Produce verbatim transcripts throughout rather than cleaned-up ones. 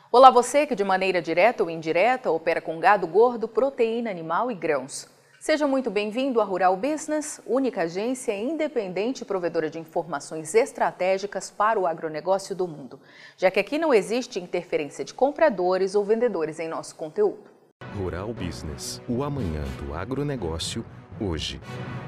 Olá você que de maneira direta ou indireta opera com gado gordo, proteína animal e grãos. Seja muito bem-vindo à Rural Business, única agência independente e provedora de informações estratégicas para o agronegócio do mundo, já que aqui não existe interferência de compradores ou vendedores em nosso conteúdo. Rural Business, o amanhã do agronegócio, hoje.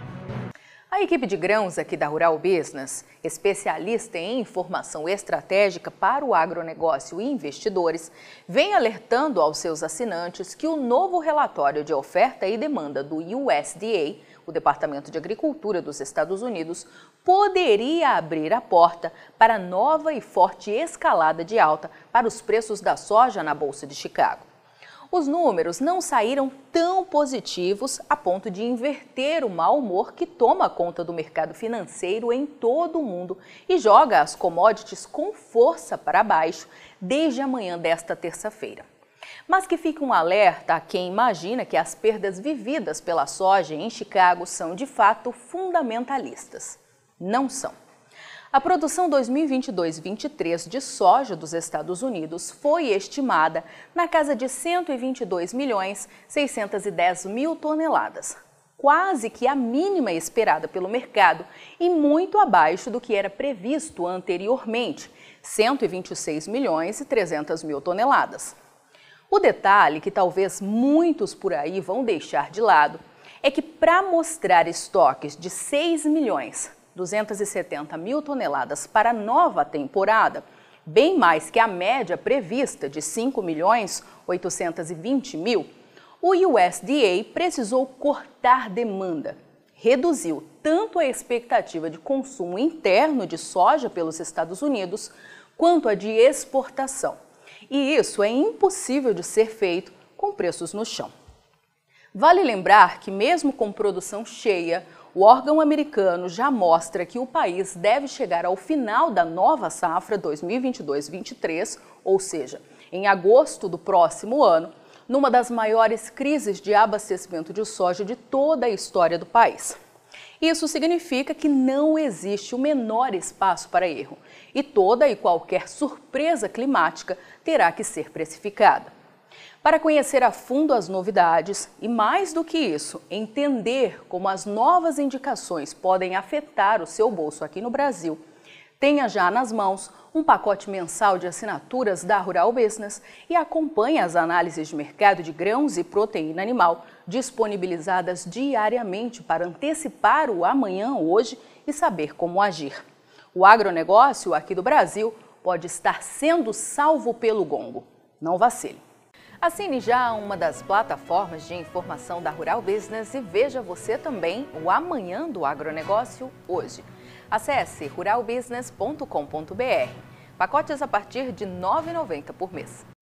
A equipe de grãos aqui da Rural Business, especialista em informação estratégica para o agronegócio e investidores, vem alertando aos seus assinantes que o novo relatório de oferta e demanda do U S D A, o Departamento de Agricultura dos Estados Unidos, poderia abrir a porta para nova e forte escalada de alta para os preços da soja na Bolsa de Chicago. Os números não saíram tão positivos a ponto de inverter o mau humor que toma conta do mercado financeiro em todo o mundo e joga as commodities com força para baixo desde a manhã desta terça-feira. Mas que fica um alerta a quem imagina que as perdas vividas pela soja em Chicago são de fato fundamentalistas. Não são. A produção dois mil e vinte e dois vinte e três de soja dos Estados Unidos foi estimada na casa de cento e vinte e dois milhões seiscentos e dez mil toneladas, quase que a mínima esperada pelo mercado e muito abaixo do que era previsto anteriormente, cento e vinte e seis milhões e trezentas mil toneladas. O detalhe que talvez muitos por aí vão deixar de lado é que para mostrar estoques de seis milhões duzentos e setenta mil toneladas para a nova temporada, bem mais que a média prevista de cinco milhões oitocentos e vinte mil, o U S D A precisou cortar demanda. Reduziu tanto a expectativa de consumo interno de soja pelos Estados Unidos, quanto a de exportação. E isso é impossível de ser feito com preços no chão. Vale lembrar que mesmo com produção cheia, o órgão americano já mostra que o país deve chegar ao final da nova safra dois mil e vinte e dois vinte e três, ou seja, em agosto do próximo ano, numa das maiores crises de abastecimento de soja de toda a história do país. Isso significa que não existe o menor espaço para erro e toda e qualquer surpresa climática terá que ser precificada. Para conhecer a fundo as novidades e, mais do que isso, entender como as novas indicações podem afetar o seu bolso aqui no Brasil, tenha já nas mãos um pacote mensal de assinaturas da Rural Business e acompanhe as análises de mercado de grãos e proteína animal disponibilizadas diariamente para antecipar o amanhã hoje e saber como agir. O agronegócio aqui do Brasil pode estar sendo salvo pelo gongo. Não vacile. Assine já uma das plataformas de informação da Rural Business e veja você também o amanhã do agronegócio hoje. Acesse rural business ponto com ponto br. Pacotes a partir de nove reais e noventa centavos por mês.